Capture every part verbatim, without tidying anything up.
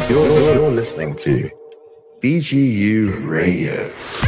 You're, you're listening to בי ג'י יו Radio.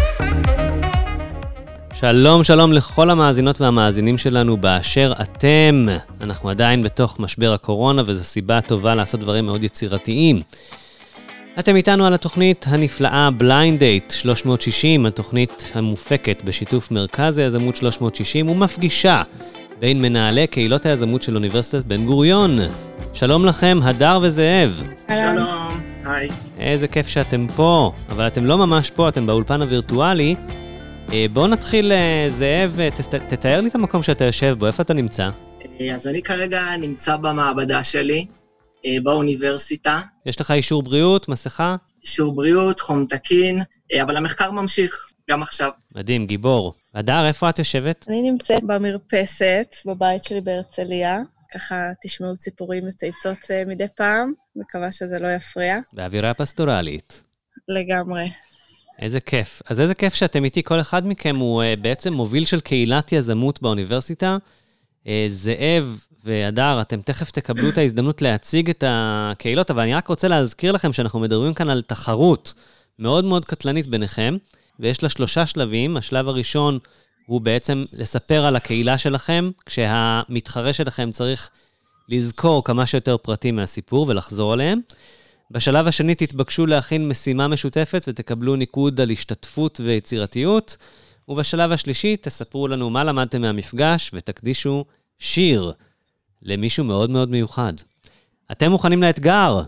שלום, שלום לכל המאזינות והמאזינים שלנו באשר אתם. אנחנו עדיין בתוך משבר הקורונה, וזו סיבה טובה לעשות דברים מאוד יצירתיים. אתם איתנו על התוכנית הנפלאה Blind Date שלוש מאות שישים, התוכנית המופקת בשיתוף מרכז היזמות שלוש מאות שישים, ומפגישה בין מנהלי קהילות היזמות של אוניברסיטת בן גוריון. שלום לכם, הדר וזאב. שלום, היי. איזה כיף שאתם פה, אבל אתם לא ממש פה, אתם באולפן הווירטואלי. בואו נתחיל, זאב, תתאר לי את המקום שאתה יושב בו, איפה אתה נמצא? אז אני כרגע נמצא במעבדה שלי, באוניברסיטה. יש לך אישור בריאות, מסכה? אישור בריאות, חום תקין, אבל המחקר ממשיך גם עכשיו. מדהים, גיבור. הדר, איפה את יושבת? אני נמצאת במרפסת, בבית שלי בהרצליה. ככה תשמעו ציפורים מצייצות מדי פעם, מקווה שזה לא יפריע. באווירה פסטורלית. לגמרי. איזה כיף. אז איזה כיף שאתם איתי, כל אחד מכם הוא uh, בעצם מוביל של קהילת יזמות באוניברסיטה. Uh, זאב והדר, אתם תכף תקבלו את ההזדמנות להציג את הקהילות, אבל אני רק רוצה להזכיר לכם שאנחנו מדברים כאן על תחרות מאוד מאוד קטלנית ביניכם, ויש לה שלושה שלבים. השלב הראשון הוא בעצם לספר על הקהילה שלכם, כשהמתחרה שלכם צריך לזכור כמה שיותר פרטים מהסיפור ולחזור עליהם. בשלב השני תתבקשו להכין משימה משותפת ותקבלו ניקוד על השתתפות ויצירתיות, ובשלב השלישי תספרו לנו מה למדתם מהמפגש ותקדישו שיר למישהו מאוד מאוד מיוחד. אתם מוכנים לאתגר?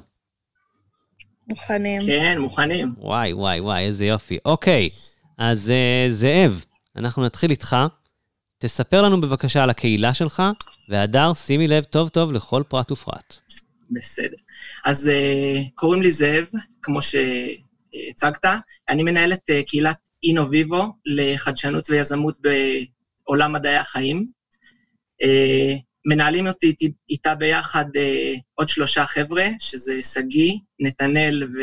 מוכנים. כן, מוכנים. וואי, וואי, וואי, איזה יופי. אוקיי, אז uh, זאב, אנחנו נתחיל איתך. תספר לנו בבקשה על הקהילה שלך, והדר, שימי לב טוב טוב לכל פרט ופרט. בסדר. אז uh, קוראים לי זאב, כמו שהצגת. אני מנהל את uh, קהילת אינוביבו לחדשנות ויזמות בעולם מדעי החיים. Uh, מנהלים אותי איתה ביחד uh, עוד שלושה חבר'ה, שזה סגי, נתנאל ו...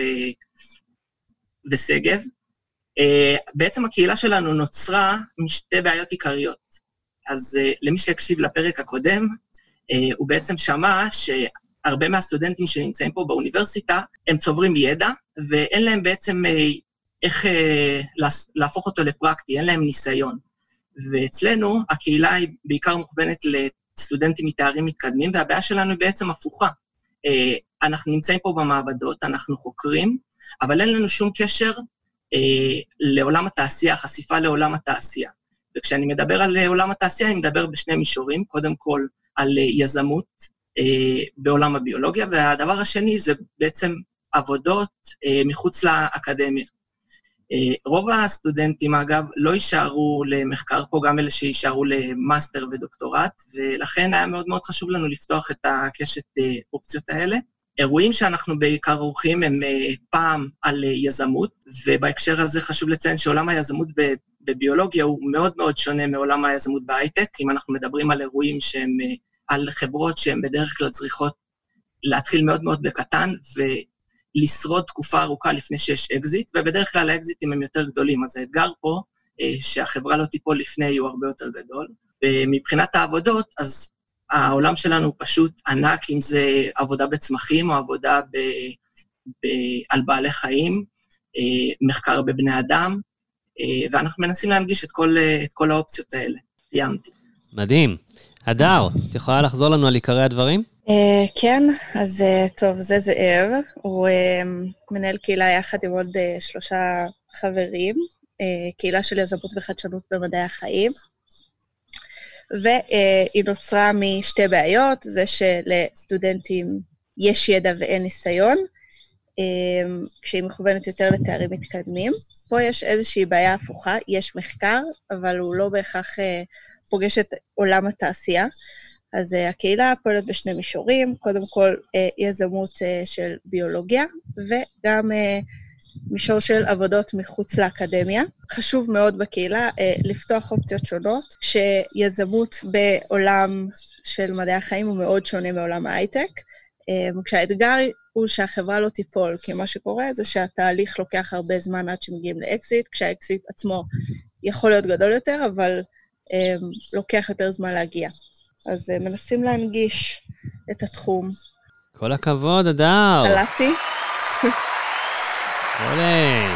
וסגב. Uh, בעצם הקהילה שלנו נוצרה משתי בעיות עיקריות. אז uh, למי שהקשיב לפרק הקודם, uh, הוא בעצם שמע שהרבה מהסטודנטים שנמצאים פה באוניברסיטה, הם צוברים ידע, ואין להם בעצם uh, איך uh, להפוך אותו לפרקטי, אין להם ניסיון. ואצלנו הקהילה היא בעיקר מוכוונת לסטודנטים מתארים מתקדמים, והבעיה שלנו היא בעצם הפוכה. Uh, אנחנו נמצאים פה במעבדות, אנחנו חוקרים, אבל אין לנו שום קשר אה, לעולם התעשייה, חשיפה לעולם התעשייה. וכשאני מדבר על עולם התעשייה, אני מדבר בשני מישורים, קודם כל על יזמות אה, בעולם הביולוגיה, והדבר השני זה בעצם עבודות אה, מחוץ לאקדמיה. אה, רוב הסטודנטים, אגב, לא יישארו למחקר פה, גם אלה שישארו למאסטר ודוקטורט, ולכן היה מאוד מאוד חשוב לנו לפתוח את הקשת אה, אופציות האלה. אירועים שאנחנו בעיקר עורכים הם פעם על יזמות, ובהקשר הזה חשוב לציין שעולם היזמות בביולוגיה הוא מאוד מאוד שונה מעולם היזמות בהייטק, אם אנחנו מדברים על אירועים שהם, על חברות שהן בדרך כלל צריכות להתחיל מאוד מאוד בקטן, ולשרוד תקופה ארוכה לפני שיש אקזיט, ובדרך כלל האקזיטים הם יותר גדולים, אז האתגר פה, שהחברה לא תיפול לפני, הוא הרבה יותר גדול, ומבחינת העבודות, אז העולם שלנו הוא פשוט ענק, אם זה עבודה בצמחים או עבודה ב, ב, על בעלי חיים, מחקר בבני אדם, ואנחנו מנסים להנגיש את כל, את כל האופציות האלה. סיימתי. מדהים. הדר, את יכולה לחזור לנו על עיקרי הדברים? כן, אז טוב, זה זאב. הוא מנהל קהילה יחד עם עוד שלושה חברים, קהילה של יזמות וחדשנות במדעי החיים. והיא נוצרה משתי בעיות, זה שלסטודנטים יש ידע ואין ניסיון, כשהיא מכוונת יותר לתארים מתקדמים. פה יש איזושהי בעיה הפוכה, יש מחקר, אבל הוא לא בהכרח פוגש את עולם התעשייה. אז הקהילה פועלת בשני מישורים, קודם כל יזמות של ביולוגיה, וגם מישור של עבודות מחוץ לאקדמיה. חשוב מאוד בקהילה אה, לפתוח אופציות שונות, שיזמות בעולם של מדעי החיים הוא מאוד שונה מעולם ההייטק, אה, כשהאתגר הוא שהחברה לא תיפול, כי מה שקורה זה שהתהליך לוקח הרבה זמן עד שמגיעים לאקזיט, כשהאקזיט עצמו יכול להיות גדול יותר, אבל אה, לוקח יותר זמן להגיע. אז אה, מנסים להנגיש את התחום. כל הכבוד, הדר. קלטתי. אולי.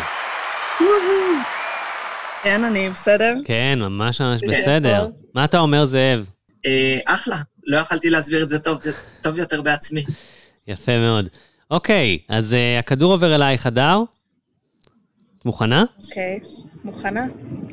כן, אני בסדר? כן, ממש ממש בסדר. מה אתה אומר, זאב? אחלה, לא יכלתי להסביר את זה טוב, זה טוב יותר בעצמי. יפה מאוד. אוקיי, אז הכדור עובר אלייך, הדר. מוכנה? אוקיי, מוכנה.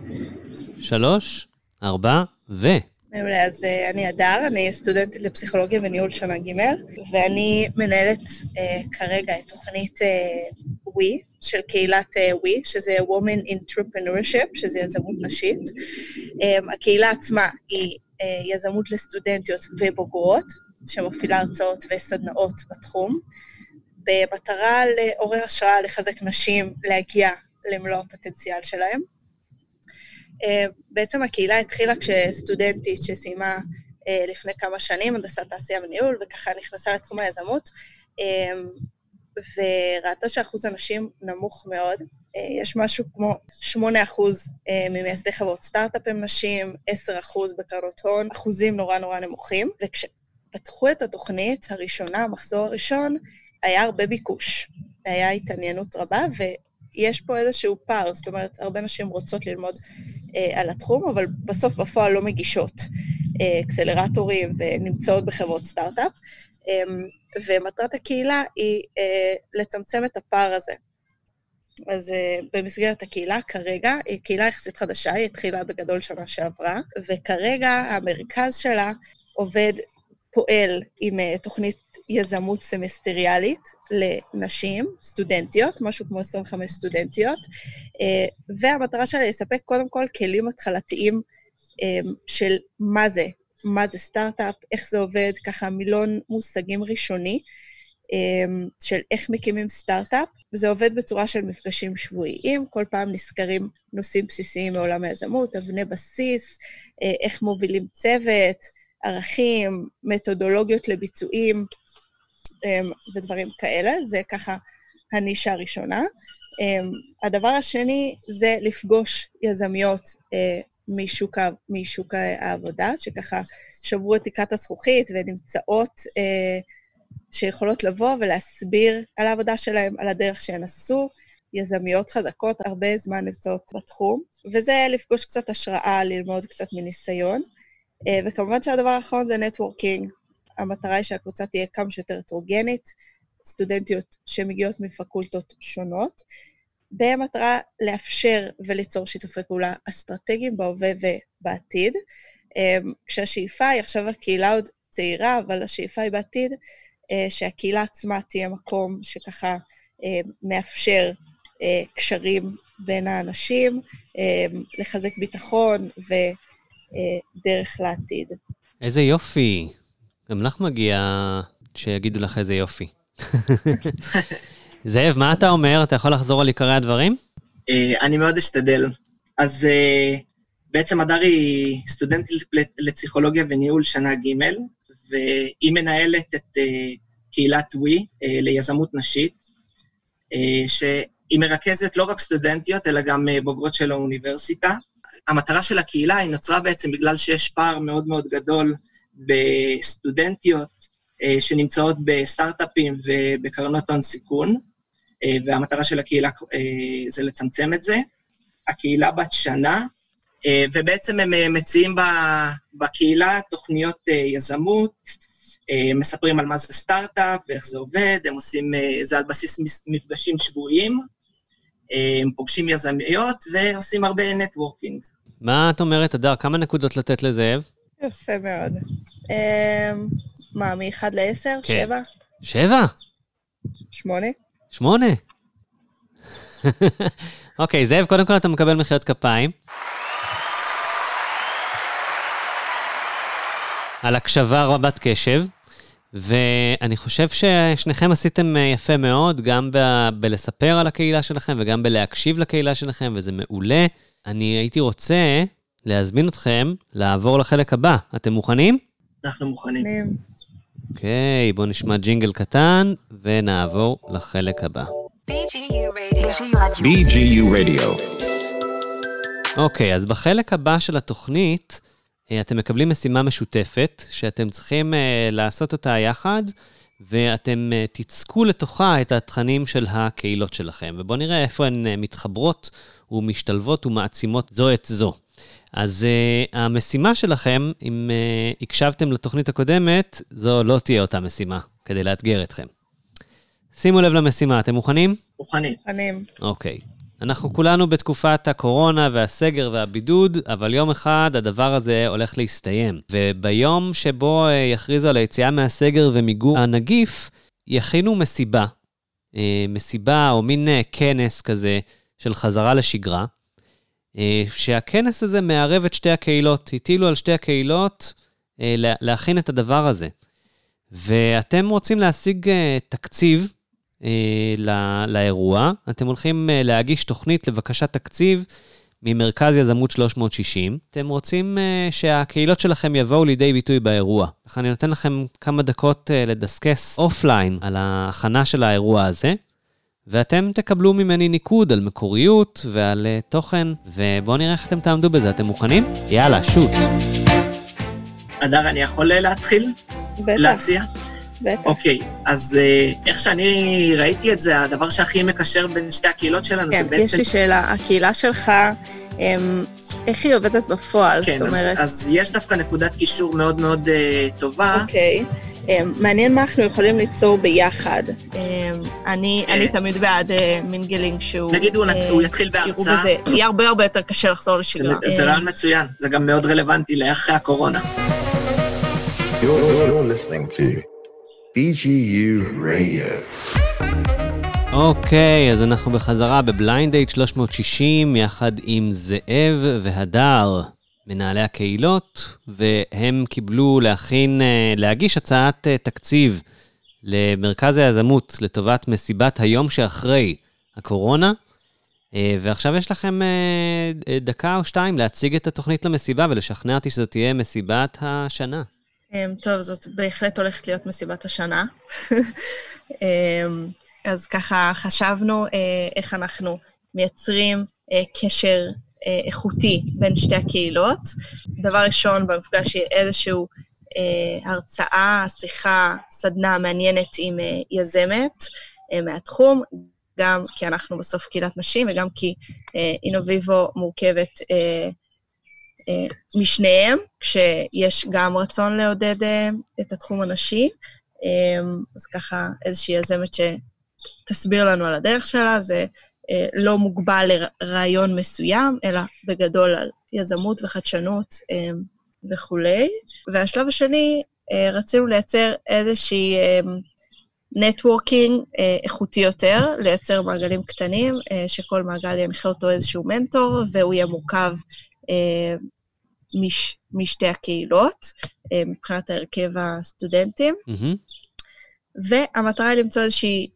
שלוש, ארבע, ו... מעולה, אז uh, אני הדר, אני סטודנטית לפסיכולוגיה וניהול שנה ג' ואני מנהלת uh, כרגע את תוכנית uh, ווי, של קהילת uh, ווי, שזה Women Entrepreneurship, שזה יזמות נשית. Um, הקהילה עצמה היא uh, יזמות לסטודנטיות ובוגרות, שמפעילה הרצאות וסדנאות בתחום, במטרה לעורר השראה, לחזק נשים, להגיע למלוא הפוטנציאל שלהם. Uh, בעצם הקהילה התחילה כשסטודנטית שסיימה uh, לפני כמה שנים, הנדסת תעשייה וניהול, וככה נכנסה לתחום היזמות, um, וראתה שאחוז הנשים נמוך מאוד. Uh, יש משהו כמו שמונה אחוז uh, ממייסדי חברות סטארט-אפ הם נשים, עשרה אחוז בקרנות הון, אחוזים נורא נורא נמוכים, וכשפתחו את התוכנית הראשונה, המחזור הראשון, היה הרבה ביקוש, היה התעניינות רבה, ויש פה איזשהו פער, זאת אומרת, הרבה נשים רוצות ללמוד אה, על התחום, אבל בסוף בפועל לא מגישות אה, אקסלרטורים ונמצאות בחברות סטארט-אפ, אה, ומטרת הקהילה היא אה, לצמצם את הפער הזה. אז אה, במסגרת הקהילה, כרגע, היא קהילה יחסית חדשה, היא התחילה בגדול שנה שעברה, וכרגע המרכז שלה עובד, פועל עם uh, תוכנית יזמות סמסטריאלית לנשים, סטודנטיות, משהו כמו עשרים וחמש סטודנטיות, uh, והמטרה שלה היא לספק קודם כל כלים התחלתיים um, של מה זה, מה זה סטארט-אפ, איך זה עובד, ככה מילון מושגים ראשוני um, של איך מקימים סטארט-אפ, וזה עובד בצורה של מפגשים שבועיים, כל פעם נזכרים נושאים בסיסיים מעולם היזמות, אבני בסיס, uh, איך מובילים צוות, ערכים, מתודולוגיות לביצועים ודברים כאלה, זה ככה הנישה הראשונה. הדבר השני זה לפגוש יזמיות משוק, משוק העבודה, שככה שברו את תקרת הזכוכית ונמצאות שיכולות לבוא ולהסביר על העבודה שלהם, על הדרך שהן עשו, יזמיות חזקות, הרבה זמן נמצאות בתחום, וזה לפגוש קצת השראה, ללמוד קצת מניסיון, וכמובן שהדבר האחרון זה נטוורקינג. המטרה היא שהקבוצה תהיה כמה שיותר הטרוגנית, סטודנטיות שמגיעות מפקולטות שונות, במטרה לאפשר וליצור שיתופי פעולה אסטרטגיים בהווה ובעתיד, כשהשאיפה היא עכשיו הקהילה עוד צעירה, אבל השאיפה היא בעתיד שהקהילה עצמה תהיה מקום שככה מאפשר קשרים בין האנשים, לחזק ביטחון ו... דרך לעתיד. איזה יופי. גם לך מגיע שיגידו לך איזה יופי. זאב, מה אתה אומר? אתה יכול לחזור על עיקרי הדברים? אני מאוד אשתדל. אז בעצם הדר היא סטודנטית לפסיכולוגיה וניהול שנה ג' והיא מנהלת את קהילת ווי ליזמות נשית, שהיא מרכזת לא רק סטודנטיות, אלא גם בוגרות של האוניברסיטה. המטרה של הקהילה היא נוצרה בעצם בגלל שיש פער מאוד מאוד גדול בסטודנטיות שנמצאות בסטארט-אפים ובקרנות הון סיכון, והמטרה של הקהילה זה לצמצם את זה. הקהילה בת שנה, ובעצם הם מציעים בקהילה תוכניות יזמות, מספרים על מה זה סטארט-אפ ואיך זה עובד, הם עושים, זה על בסיס מפגשים שבועיים, הם פוגשים יזמיות ועושים הרבה נטוורקינג. מה את אומרת, הדר? כמה נקודות לתת לזאב? יפה מאוד. מה, מ-אחד ל-עשר? שבע? שבע? שמונה? שמונה? אוקיי, זאב, קודם כל אתה מקבל מחיאות כפיים. על הקשבה רבת קשב. ואני חושב ששניכם עשיתם יפה מאוד, גם ב- בלספר על הקהילה שלכם וגם בלהקשיב לקהילה שלכם, וזה מעולה. אני הייתי רוצה להזמין אתכם לעבור לחלק הבא. אתם מוכנים? אנחנו מוכנים. אוקיי, בואו נשמע ג'ינגל קטן ונעבור לחלק הבא. בי ג'י יו Radio. אוקיי, אז בחלק הבא של התוכנית, אתם מקבלים משימה משותפת, שאתם צריכים uh, לעשות אותה יחד, ואתם תצקו לתוכה את התכנים של הקהילות שלכם, ובואו נראה איפה הן מתחברות ומשתלבות ומעצימות זו את זו. אז uh, המשימה שלכם, אם uh, הקשבתם לתוכנית הקודמת, זו לא תהיה אותה משימה, כדי לאתגר אתכם. שימו לב למשימה, אתם מוכנים? מוכנים. מוכנים. אוקיי. אנחנו כולנו בתקופת הקורונה והסגר והבידוד, אבל יום אחד הדבר הזה הולך להסתיים. וביום שבו uh, יכריזו על היציאה מהסגר ומיגור הנגיף, יכינו מסיבה. Uh, מסיבה או מין uh, כנס כזה של חזרה לשגרה. שהכנס הזה מערב את שתי הקהילות, הטילו על שתי הקהילות להכין את הדבר הזה. ואתם רוצים להשיג תקציב לאירוע, אתם הולכים להגיש תוכנית לבקשת תקציב ממרכז יזמות שלוש מאות שישים, אתם רוצים שהקהילות שלכם יבואו לידי ביטוי באירוע. אז אני נותן לכם כמה דקות לדסקס אופליין על ההכנה של האירוע הזה, ואתם תקבלו ממני ניקוד על מקוריות ועל uh, תוכן, ובואו נראה איך אתם תעמדו בזה. אתם מוכנים? יאללה, שוט. אדר, אני יכול להתחיל? בטח. להציע? בטח. אוקיי, אז uh, איך שאני ראיתי את זה, הדבר שהכי מקשר בין שתי הקהילות שלנו, כן, זה בעצם... יש לי שאלה, הקהילה שלך, הם, איך היא עובדת בפועל? כן, זאת אומרת... אז, אז יש דווקא נקודת קישור מאוד מאוד uh, טובה. אוקיי. מעניין מה אנחנו יכולים ליצור ביחד. אני אני תמיד בעד מינגלינג שהוא... נגיד הוא יתחיל בהרצאה. יהיה הרבה הרבה יותר קשה לחזור לשגרה. זה רעיון מצוין, זה גם מאוד רלוונטי לאחרי הקורונה. You're, you're listening to בי ג'י יו Radio. אוקיי, אז אנחנו בחזרה בבליינד דייט שלוש מאות שישים, יחד עם זאב והדר, מנהלי הקהילות, והם קיבלו להכין, להגיש הצעת תקציב למרכז היזמות לטובת מסיבת היום שאחרי הקורונה, ועכשיו יש לכם דקה או שתיים להציג את התוכנית למסיבה ולשכנע אותי שזאת תהיה מסיבת השנה. טוב, זאת בהחלט הולכת להיות מסיבת השנה. אז ככה חשבנו איך אנחנו מייצרים קשר איכותי בין שתי הקהילות. דבר ראשון, במפגש יהיה איזשהו אה, הרצאה, שיחה, סדנה מעניינת עם אה, יזמת אה, מהתחום, גם כי אנחנו בסוף קהילת נשים, וגם כי אה, אינוביבו מורכבת אה, אה, משניהם, כשיש גם רצון לעודד אה, את התחום הנשי. אה, אז ככה איזושהי יזמת שתסביר לנו על הדרך שלה, זה לא מוגבל לרעיון מסוים, אלא בגדול על יזמות וחדשנות וכולי. והשלב השני, רצינו לייצר איזושהי נטוורקינג איכותי יותר, לייצר מעגלים קטנים, שכל מעגל ינחה אותו איזשהו מנטור, והוא יהיה מורכב מש, משתי הקהילות, מבחינת הרכב הסטודנטים. Mm-hmm. והמטרה היא למצוא איזושהי...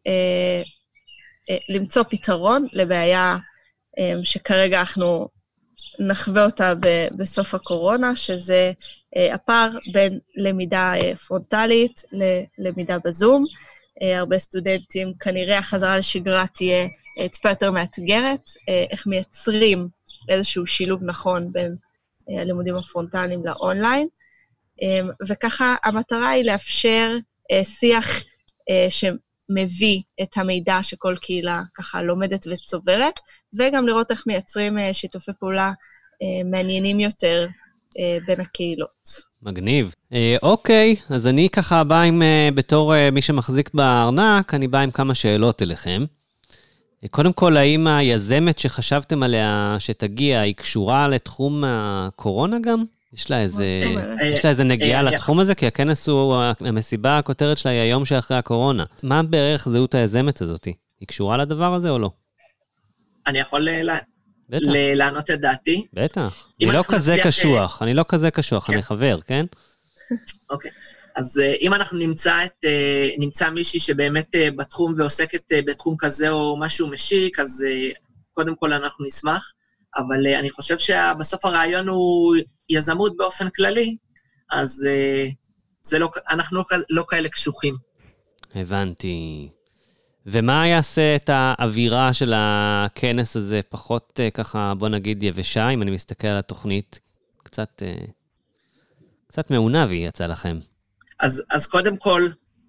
למצוא פתרון לבעיה שכרגע אנחנו נחווה אותה בסוף הקורונה, שזה הפער בין למידה פרונטלית ללמידה בזום. הרבה סטודנטים, כנראה החזרה לשגרה תהיה טיפה יותר מאתגרת, איך מייצרים איזשהו שילוב נכון בין הלימודים הפרונטליים לאונליין, וככה המטרה היא לאפשר שיח ש... מביא את המידע שכל קהילה ככה לומדת וצוברת, וגם לראות איך מייצרים שיתופי פעולה מעניינים יותר בין הקהילות. מגניב. אוקיי, אז אני ככה בא עם, בתור מי שמחזיק בארנק, אני בא עם כמה שאלות אליכם. קודם כל, האם היזמת שחשבתם עליה שתגיע, היא קשורה לתחום הקורונה גם? יש לה איזה, יש לה איזה נגיעה לתחום הזה, כי הכנס הוא, המסיבה, הכותרת שלה היא היום שאחרי הקורונה. מה בערך זהות היזמת הזאת? היא קשורה לדבר הזה או לא? אני יכול לענות את דעתי? בטח. אני לא כזה קשוח, אני לא כזה קשוח, אני חבר, כן? אוקיי. אז אם אנחנו נמצא את, נמצא מישהי שבאמת בתחום ועוסקת בתחום כזה או משהו משיק, אז קודם כל אנחנו נשמח. אבל אני חושב שבסוף הרעיון הוא יזמות באופן כללי, אז זה לא, אנחנו לא כאלה קשוחים. הבנתי. ומה יעשה את האווירה של הכנס הזה פחות ככה, בוא נגיד יבשה, אם אני מסתכל על התוכנית, קצת, קצת מעונה והיא יצא לכם. אז, אז קודם כל,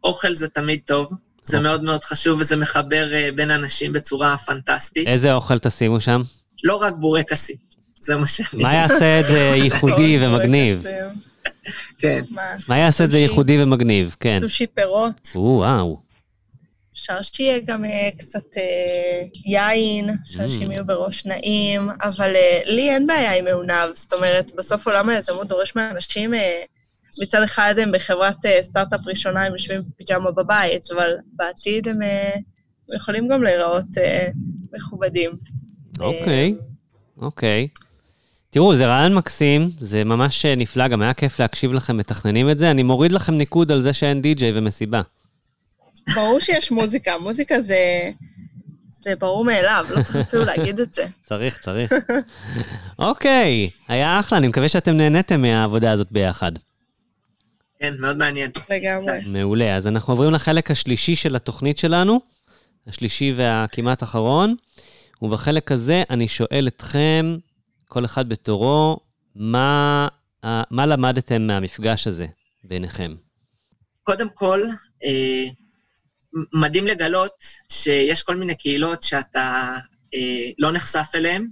אוכל זה תמיד טוב, זה מאוד מאוד חשוב, וזה מחבר בין אנשים בצורה פנטסטית. איזה אוכל תשימו שם? לא רק בורקסים, זה מה שאני... מה יעשה את זה ייחודי ומגניב? כן. מה יעשה את זה ייחודי ומגניב? כן. סושי פירות. וואו. אפשר שיהיה גם קצת יין, שאנשים יהיו בראש נעים, אבל לי אין בעיה עם מעונב, זאת אומרת, בסוף עולם היזמות דורש מאנשים, מצד אחד הם בחברת סטארט-אפ ראשונה, הם יושבים בפיג'מה בבית, אבל בעתיד הם יכולים גם להיראות מכובדים. אוקיי, אוקיי. תראו, זה רעיון מקסים, זה ממש נפלא, גם היה כיף להקשיב לכם, מתכננים את זה, אני מוריד לכם ניקוד על זה שאין די-ג'יי ומסיבה. ברור שיש מוזיקה, מוזיקה זה, זה ברור מאליו, לא צריך אפילו להגיד את זה. צריך, צריך. אוקיי, היה אחלה, אני מקווה שאתם נהניתם מהעבודה הזאת ביחד. כן, מאוד מעניין. לגמרי. מעולה, אז אנחנו עוברים לחלק השלישי של התוכנית שלנו, השלישי והכמעט אחרון, ובחלק הזה אני שואל אתכם, כל אחד בתורו, מה, מה למדתם מהמפגש הזה ביניכם? קודם כל, אה, מדהים לגלות שיש כל מיני קהילות שאתה אה, לא נחשף אליהן,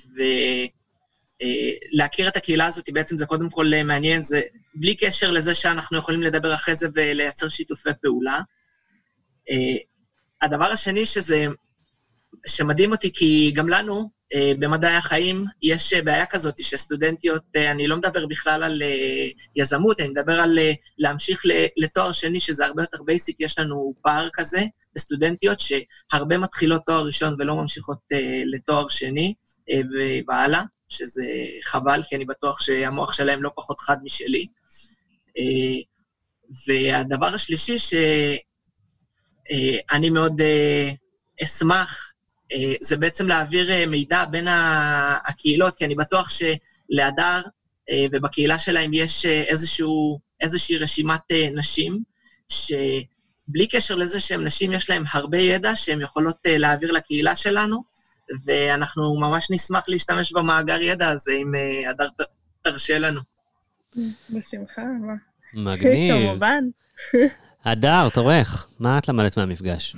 ולהכיר אה, את הקהילה הזאת בעצם זה קודם כל מעניין, זה בלי קשר לזה שאנחנו יכולים לדבר אחרי זה ולייצר שיתופי פעולה. אה, הדבר השני שזה, שמדהים אותי כי גם לנו, במדעי החיים יש בעיה כזאת שסטודנטיות, אני לא מדבר בכלל על יזמות, אני מדבר על להמשיך לתואר שני, שזה הרבה יותר בייסיק, יש לנו פער כזה בסטודנטיות, שהרבה מתחילות תואר ראשון ולא ממשיכות לתואר שני והלאה, שזה חבל, כי אני בטוח שהמוח שלהם לא פחות חד משלי. והדבר השלישי שאני מאוד אשמח, זה בעצם להעביר מידע בין הקהילות, כי אני בטוח שלהדר ובקהילה שלהם יש איזשהו, איזושהי רשימת נשים, שבלי קשר לזה שהם נשים, יש להם הרבה ידע שהם יכולות להעביר לקהילה שלנו, ואנחנו ממש נשמח להשתמש במאגר ידע הזה, אם הדר תרשה לנו. בשמחה, מה? מגניב. כמובן. הדר, תורך, מה את למדת מהמפגש?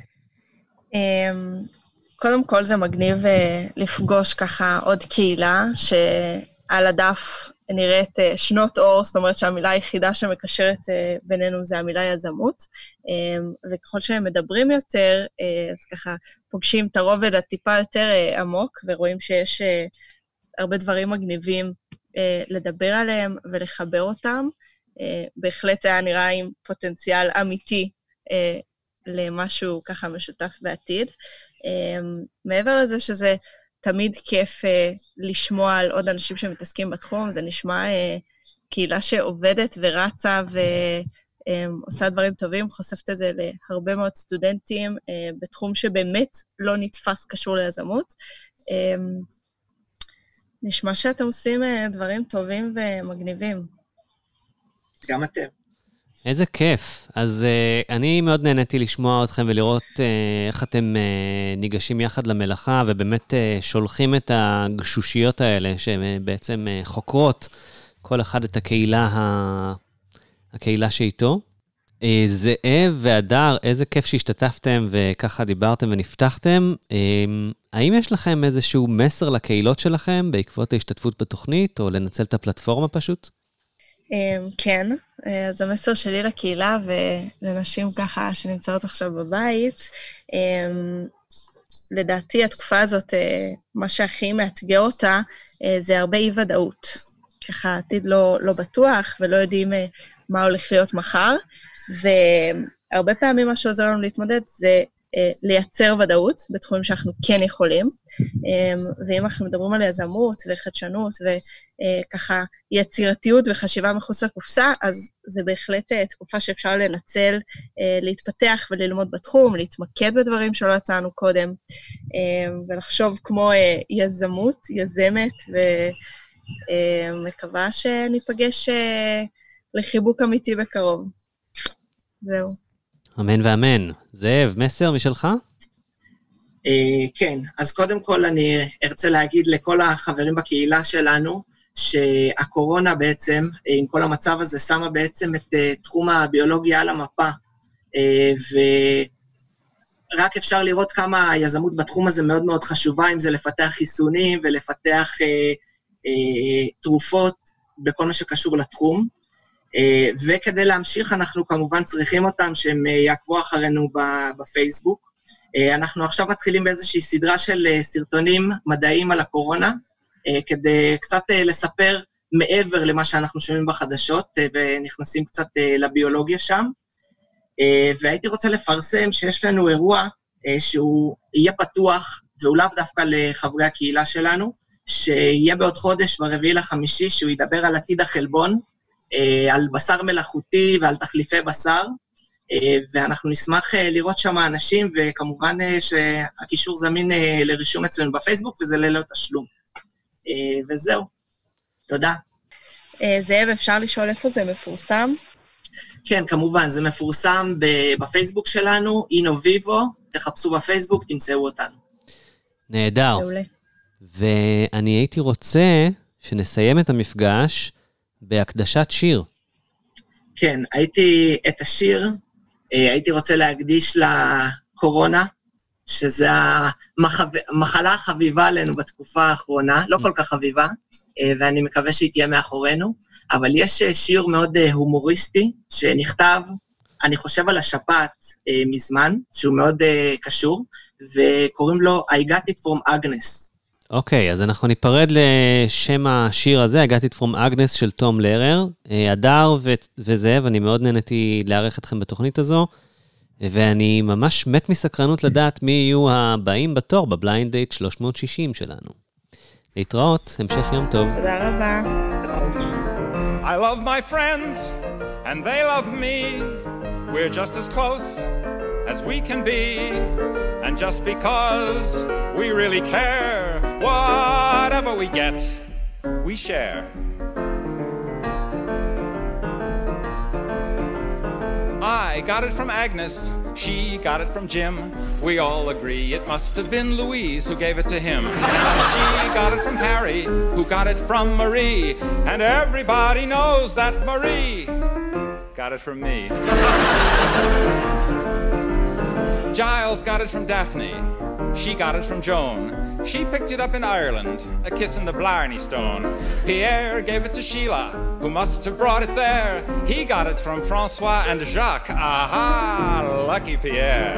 קודם כל זה מגניב לפגוש ככה עוד קהילה, שעל הדף נראית שנות אור, זאת אומרת שהמילה היחידה שמקשרת בינינו זה המילה יזמות, וככל שהם מדברים יותר, אז ככה פוגשים את הרובד הטיפה יותר עמוק, ורואים שיש הרבה דברים מגניבים לדבר עליהם ולחבר אותם. בהחלט היה נראה עם פוטנציאל אמיתי למשהו ככה משותף בעתיד. מעבר לזה שזה תמיד כיף לשמוע על עוד אנשים שמתעסקים בתחום, זה נשמע קהילה שעובדת ורצה ועושה דברים טובים, חושפת את זה להרבה מאוד סטודנטים בתחום שבאמת לא נתפס קשור ליזמות. נשמע שאתם עושים דברים טובים ומגניבים. גם אתם. איזה כיף. אז uh, אני מאוד נהניתי לשמוע אתכם ולראות uh, איך אתם uh, ניגשים יחד למלאכה, ובאמת uh, שולחים את הגשושיות האלה, שבעצם uh, חוקרות כל אחד את הקהילה, ה... הקהילה שאיתו. Uh, זאב והדר, איזה כיף שהשתתפתם וככה דיברתם ונפתחתם. Uh, האם יש לכם איזשהו מסר לקהילות שלכם בעקבות ההשתתפות בתוכנית, או לנצל את הפלטפורמה פשוט? כן, אז המסר שלי לקהילה ולנשים ככה שנמצאות עכשיו בבית, לדעתי התקופה הזאת, מה שהכי מאתגר אותה, זה הרבה אי-ודאות. ככה עתיד לא, לא בטוח ולא יודעים מה הולך להיות מחר, והרבה פעמים מה שעוזר לנו להתמודד זה לייצר ודאות בתחומים שאנחנו כן יכולים, ואם אנחנו מדברים על יזמות וחדשנות וככה יצירתיות וחשיבה מחוץ לקופסה, אז זה בהחלט תקופה שאפשר לנצל, להתפתח וללמוד בתחום, להתמקד בדברים שלא יצאנו קודם, ולחשוב כמו יזמות, יזמת, ומקווה שניפגש לחיבוק אמיתי בקרוב. זהו. אמן ואמן. זאב, מסר משלך? כן, אז קודם כל אני ארצה להגיד לכל החברים בקהילה שלנו, שהקורונה בעצם, עם כל המצב הזה, שמה בעצם את תחום הביולוגיה על המפה, ורק אפשר לראות כמה היזמות בתחום הזה מאוד מאוד חשובה, אם זה לפתח חיסונים ולפתח תרופות בכל מה שקשור לתחום. וכדי להמשיך, אנחנו כמובן צריכים אותם שהם יעקבו אחרינו בפייסבוק. אנחנו עכשיו מתחילים באיזושהי סדרה של סרטונים מדעיים על הקורונה, כדי קצת לספר מעבר למה שאנחנו שומעים בחדשות, ונכנסים קצת לביולוגיה שם. והייתי רוצה לפרסם שיש לנו אירוע שהוא יהיה פתוח, והוא לאו דווקא לחברי הקהילה שלנו, שיהיה בעוד חודש ברביעי לחמישי, שהוא ידבר על עתיד החלבון, על בשר מלאכותי ועל תחליפי בשר, ואנחנו נשמח לראות שם אנשים, וכמובן שהקישור זמין לרישום אצלנו בפייסבוק, וזה ללא תשלום. וזהו. תודה. זאב, אפשר לשאול איפה זה מפורסם? כן, כמובן, זה מפורסם בפייסבוק שלנו, אינוביבו, תחפשו בפייסבוק, תמצאו אותנו. נהדר. ואני הייתי רוצה שנסיים את המפגש בהקדשת שיר. כן, הייתי את השיר, הייתי רוצה להקדיש לקורונה, שזה המחלה החביבה עלינו בתקופה האחרונה, לא כל כך חביבה, ואני מקווה שהיא תהיה מאחורינו, אבל יש שיר מאוד הומוריסטי, שנכתב, אני חושב על השפעת מזמן, שהוא מאוד קשור, וקוראים לו I got it from Agnes. אוקיי, אז אנחנו ניפרד לשם השיר הזה, I got it from Agnes של תום לרר. הדר וזאב, אני מאוד נהניתי לארח אתכם בתוכנית הזו, ואני ממש מת מסקרנות לדעת מי יהיו הבאים בתור בבליינד דייט שלוש מאות שישים שלנו. להתראות, המשך יום טוב. תודה רבה. I love my friends and they love me. We're just as close as we can be. And just because we really care, whatever we get, we share. I got it from Agnes, she got it from Jim. We all agree it must have been Louise who gave it to him. Now she got it from Harry, who got it from Marie. And everybody knows that Marie got it from me. Giles got it from Daphne, she got it from Joan. She picked it up in Ireland, a kiss in the Blarney Stone. Pierre gave it to Sheila, who must have brought it there. He got it from Francois and Jacques. Aha, lucky Pierre.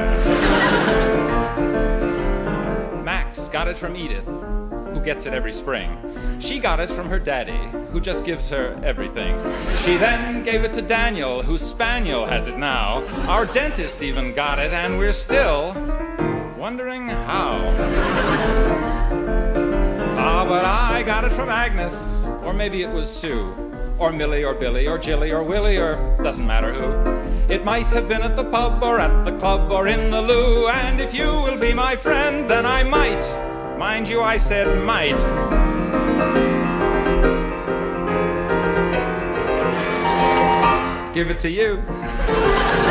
Max got it from Edith, who gets it every spring. She got it from her daddy, who just gives her everything. She then gave it to Daniel, whose spaniel has it now. Our dentist even got it, and we're still wondering how. Ah, but I got it from Agnes, or maybe it was Sue, or Millie, or Billy, or Jilly, or Willie, or doesn't matter who. It might have been at the pub, or at the club, or in the loo, and if you will be my friend, then I might. Mind you, I said might. Give it to you.